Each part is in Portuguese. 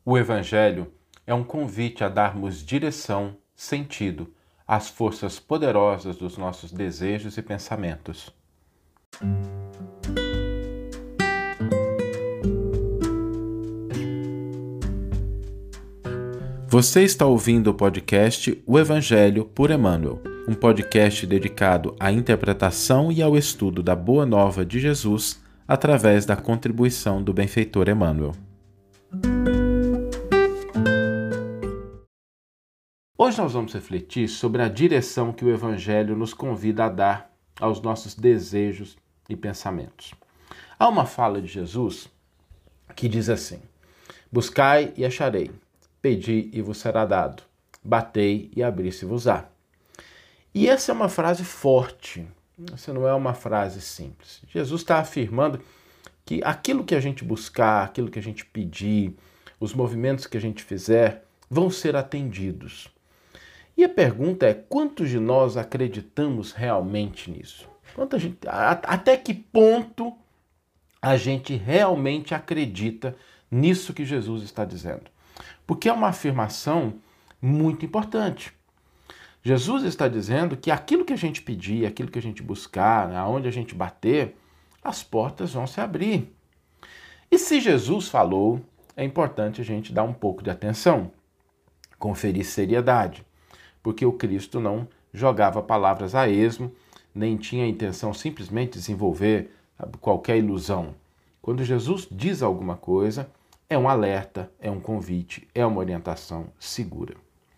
O Evangelho é um convite a darmos direção, sentido às forças poderosas dos nossos desejos e pensamentos. Você está ouvindo o podcast O Evangelho por Emmanuel, um podcast dedicado à interpretação e ao estudo da Boa Nova de Jesus através da contribuição do benfeitor Emmanuel. Hoje nós vamos refletir sobre a direção que o Evangelho nos convida a dar aos nossos desejos e pensamentos. Há uma fala de Jesus que diz assim: buscai e acharei, pedi e vos será dado, batei e abri-se-vos-á. E essa é uma frase forte, essa não é uma frase simples. Jesus está afirmando que aquilo que a gente buscar, aquilo que a gente pedir, os movimentos que a gente fizer, vão ser atendidos. E a pergunta é, quantos de nós acreditamos realmente nisso? Até que ponto a gente realmente acredita nisso que Jesus está dizendo? Porque é uma afirmação muito importante. Jesus está dizendo que aquilo que a gente pedir, aquilo que a gente buscar, aonde a gente bater, as portas vão se abrir. E se Jesus falou, é importante a gente dar um pouco de atenção, conferir seriedade, porque o Cristo não jogava palavras a esmo, nem tinha a intenção simplesmente de desenvolver qualquer ilusão. Quando Jesus diz alguma coisa, é um alerta, é um convite, é uma orientação segura.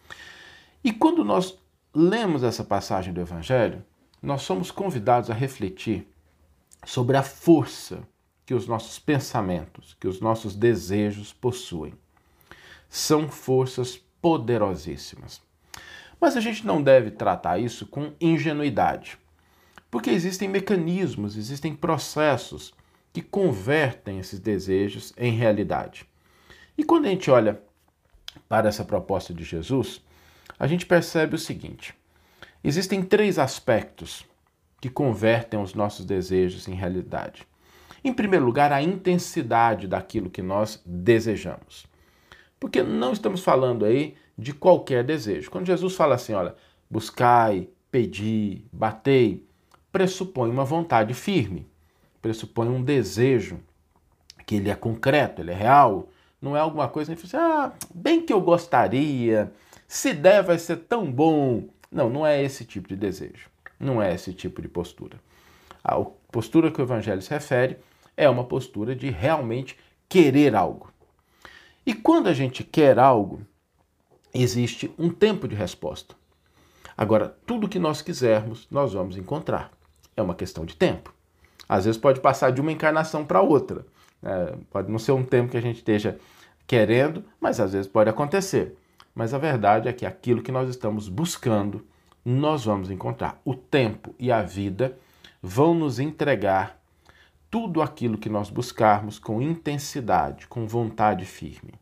E quando nós lemos essa passagem do Evangelho, nós somos convidados a refletir sobre a força que os nossos pensamentos, que os nossos desejos possuem. São forças poderosíssimas. Mas a gente não deve tratar isso com ingenuidade, porque existem mecanismos, existem processos que convertem esses desejos em realidade. E quando a gente olha para essa proposta de Jesus, a gente percebe o seguinte: existem 3 aspectos que convertem os nossos desejos em realidade. Em primeiro lugar, a intensidade daquilo que nós desejamos. Porque não estamos falando aí de qualquer desejo. Quando Jesus fala assim, olha, buscai, pedi, batei, pressupõe uma vontade firme, pressupõe um desejo que ele é concreto, ele é real, não é alguma coisa que você fala assim, bem que eu gostaria, se der vai ser tão bom. Não é esse tipo de desejo, não é esse tipo de postura. A postura que o Evangelho se refere é uma postura de realmente querer algo. E quando a gente quer algo, existe um tempo de resposta. Agora, tudo que nós quisermos, nós vamos encontrar. É uma questão de tempo. Às vezes pode passar de uma encarnação para outra. Pode não ser um tempo que a gente esteja querendo, mas às vezes pode acontecer. Mas a verdade é que aquilo que nós estamos buscando, nós vamos encontrar. O tempo e a vida vão nos entregar tudo aquilo que nós buscarmos com intensidade, com vontade firme.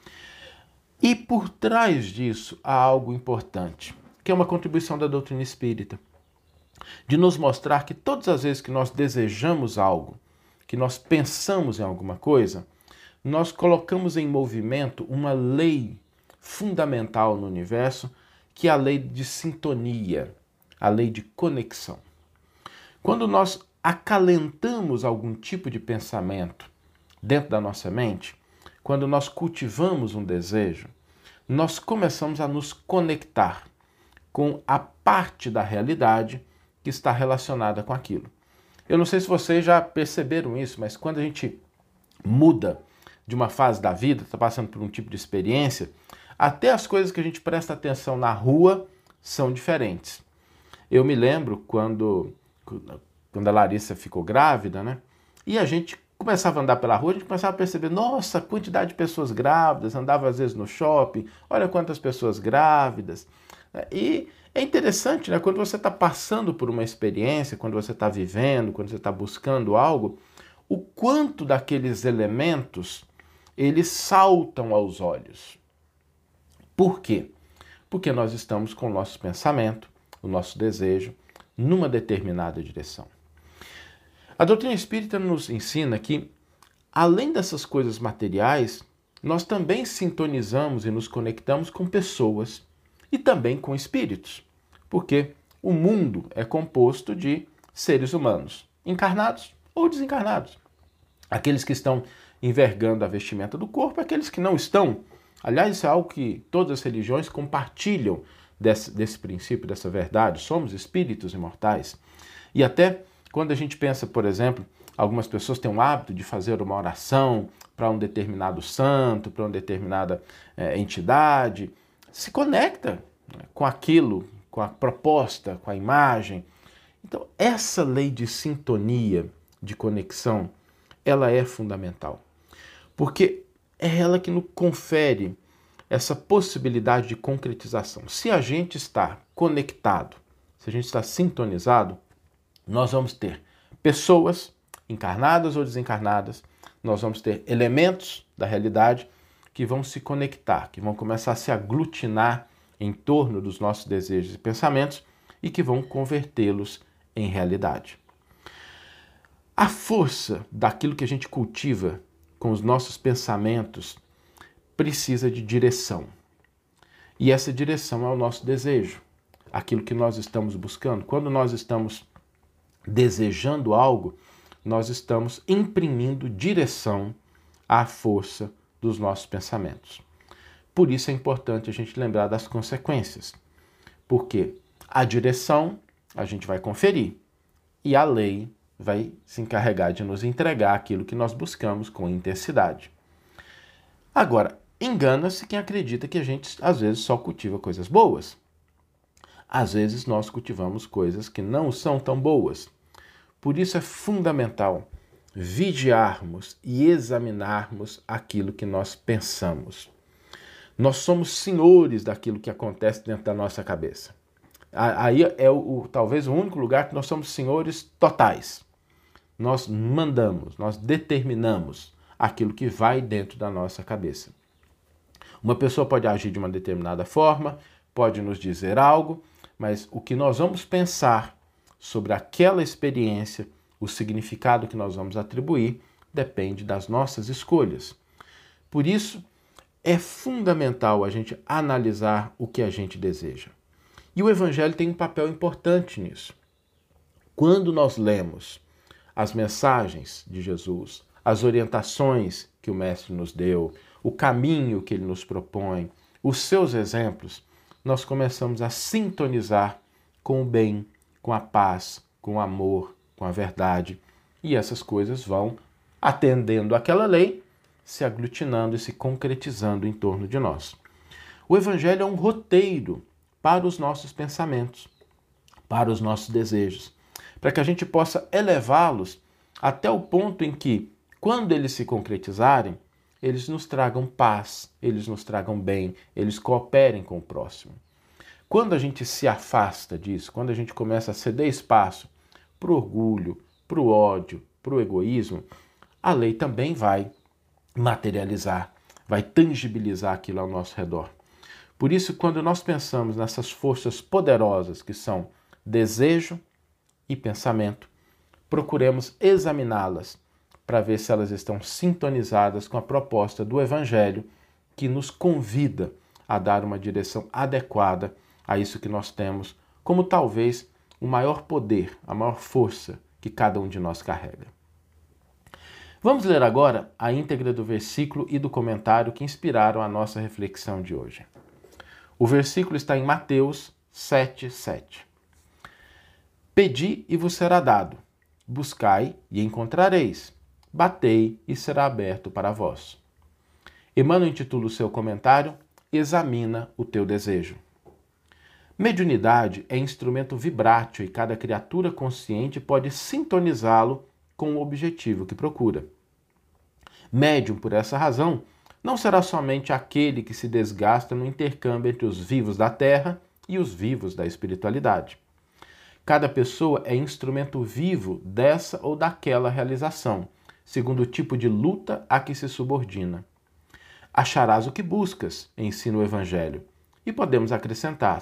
E por trás disso há algo importante, que é uma contribuição da doutrina espírita, de nos mostrar que todas as vezes que nós desejamos algo, que nós pensamos em alguma coisa, nós colocamos em movimento uma lei fundamental no universo, que é a lei de sintonia, a lei de conexão. Quando nós acalentamos algum tipo de pensamento dentro da nossa mente, quando nós cultivamos um desejo, nós começamos a nos conectar com a parte da realidade que está relacionada com aquilo. Eu não sei se vocês já perceberam isso, mas quando a gente muda de uma fase da vida, está passando por um tipo de experiência, até as coisas que a gente presta atenção na rua são diferentes. Eu me lembro quando a Larissa ficou grávida, né? E a gente começava a andar pela rua, a gente começava a perceber, nossa, quantidade de pessoas grávidas, andava às vezes no shopping, olha quantas pessoas grávidas. E é interessante, né? Quando você está passando por uma experiência, quando você está vivendo, quando você está buscando algo, o quanto daqueles elementos, eles saltam aos olhos. Por quê? Porque nós estamos com o nosso pensamento, o nosso desejo, numa determinada direção. A doutrina espírita nos ensina que, além dessas coisas materiais, nós também sintonizamos e nos conectamos com pessoas e também com espíritos, porque o mundo é composto de seres humanos, encarnados ou desencarnados. Aqueles que estão envergando a vestimenta do corpo, aqueles que não estão. Aliás, isso é algo que todas as religiões compartilham desse princípio, dessa verdade. Somos espíritos imortais. E até quando a gente pensa, por exemplo, algumas pessoas têm o hábito de fazer uma oração para um determinado santo, para uma determinada entidade, se conecta com aquilo, com a proposta, com a imagem. Então, essa lei de sintonia, de conexão, ela é fundamental, porque é ela que nos confere essa possibilidade de concretização. Se a gente está conectado, se a gente está sintonizado, nós vamos ter pessoas encarnadas ou desencarnadas, nós vamos ter elementos da realidade que vão se conectar, que vão começar a se aglutinar em torno dos nossos desejos e pensamentos e que vão convertê-los em realidade. A força daquilo que a gente cultiva com os nossos pensamentos precisa de direção. E essa direção é o nosso desejo, aquilo que nós estamos buscando. Quando nós estamos desejando algo, nós estamos imprimindo direção à força dos nossos pensamentos. Por isso é importante a gente lembrar das consequências, porque a direção a gente vai conferir e a lei vai se encarregar de nos entregar aquilo que nós buscamos com intensidade. Agora, engana-se quem acredita que a gente às vezes só cultiva coisas boas. Às vezes nós cultivamos coisas que não são tão boas. Por isso é fundamental vigiarmos e examinarmos aquilo que nós pensamos. Nós somos senhores daquilo que acontece dentro da nossa cabeça. Aí é talvez o único lugar que nós somos senhores totais. Nós mandamos, nós determinamos aquilo que vai dentro da nossa cabeça. Uma pessoa pode agir de uma determinada forma, pode nos dizer algo, mas o que nós vamos pensar sobre aquela experiência, o significado que nós vamos atribuir, depende das nossas escolhas. Por isso, é fundamental a gente analisar o que a gente deseja. E o Evangelho tem um papel importante nisso. Quando nós lemos as mensagens de Jesus, as orientações que o Mestre nos deu, o caminho que ele nos propõe, os seus exemplos, nós começamos a sintonizar com o bem, com a paz, com o amor, com a verdade. E essas coisas vão atendendo àquela lei, se aglutinando e se concretizando em torno de nós. O Evangelho é um roteiro para os nossos pensamentos, para os nossos desejos, para que a gente possa elevá-los até o ponto em que, quando eles se concretizarem, eles nos tragam paz, eles nos tragam bem, eles cooperem com o próximo. Quando a gente se afasta disso, quando a gente começa a ceder espaço para o orgulho, para o ódio, para o egoísmo, a lei também vai materializar, vai tangibilizar aquilo ao nosso redor. Por isso, quando nós pensamos nessas forças poderosas que são desejo e pensamento, procuremos examiná-las para ver se elas estão sintonizadas com a proposta do Evangelho, que nos convida a dar uma direção adequada a isso que nós temos como talvez o maior poder, a maior força que cada um de nós carrega. Vamos ler agora a íntegra do versículo e do comentário que inspiraram a nossa reflexão de hoje. O versículo está em Mateus 7:7. Pedi e vos será dado, buscai e encontrareis, batei e será aberto para vós. Emmanuel intitula o seu comentário Examina o teu desejo. Mediunidade é instrumento vibrátil e cada criatura consciente pode sintonizá-lo com o objetivo que procura. Médium, por essa razão, não será somente aquele que se desgasta no intercâmbio entre os vivos da terra e os vivos da espiritualidade. Cada pessoa é instrumento vivo dessa ou daquela realização, segundo o tipo de luta a que se subordina. Acharás o que buscas, ensina o Evangelho, e podemos acrescentar,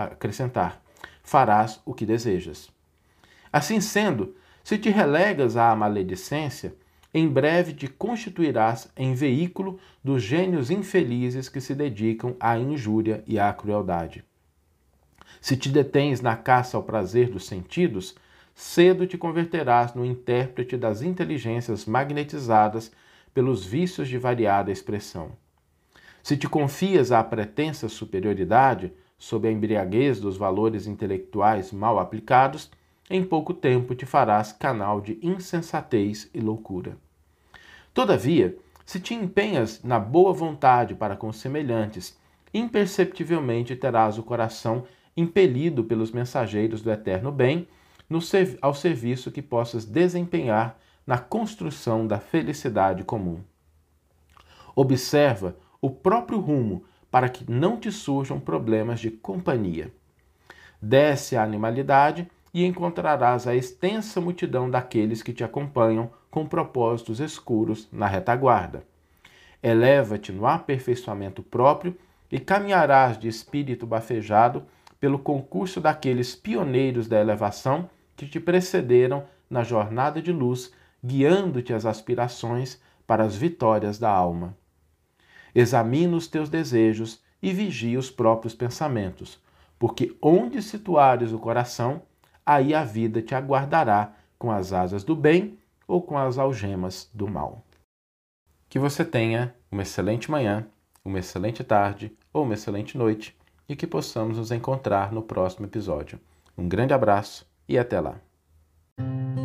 farás o que desejas. Assim sendo, se te relegas à maledicência, em breve te constituirás em veículo dos gênios infelizes que se dedicam à injúria e à crueldade. Se te detens na caça ao prazer dos sentidos, cedo te converterás no intérprete das inteligências magnetizadas pelos vícios de variada expressão. Se te confias à pretensa superioridade, sob a embriaguez dos valores intelectuais mal aplicados, em pouco tempo te farás canal de insensatez e loucura. Todavia, se te empenhas na boa vontade para com semelhantes, imperceptivelmente terás o coração impelido pelos mensageiros do eterno bem ao serviço que possas desempenhar na construção da felicidade comum. Observa o próprio rumo para que não te surjam problemas de companhia. Desce à animalidade e encontrarás a extensa multidão daqueles que te acompanham com propósitos escuros na retaguarda. Eleva-te no aperfeiçoamento próprio e caminharás de espírito bafejado pelo concurso daqueles pioneiros da elevação que te precederam na jornada de luz, guiando-te às aspirações para as vitórias da alma. Examina os teus desejos e vigia os próprios pensamentos, porque onde situares o coração, aí a vida te aguardará com as asas do bem ou com as algemas do mal. Que você tenha uma excelente manhã, uma excelente tarde ou uma excelente noite e que possamos nos encontrar no próximo episódio. Um grande abraço e até lá!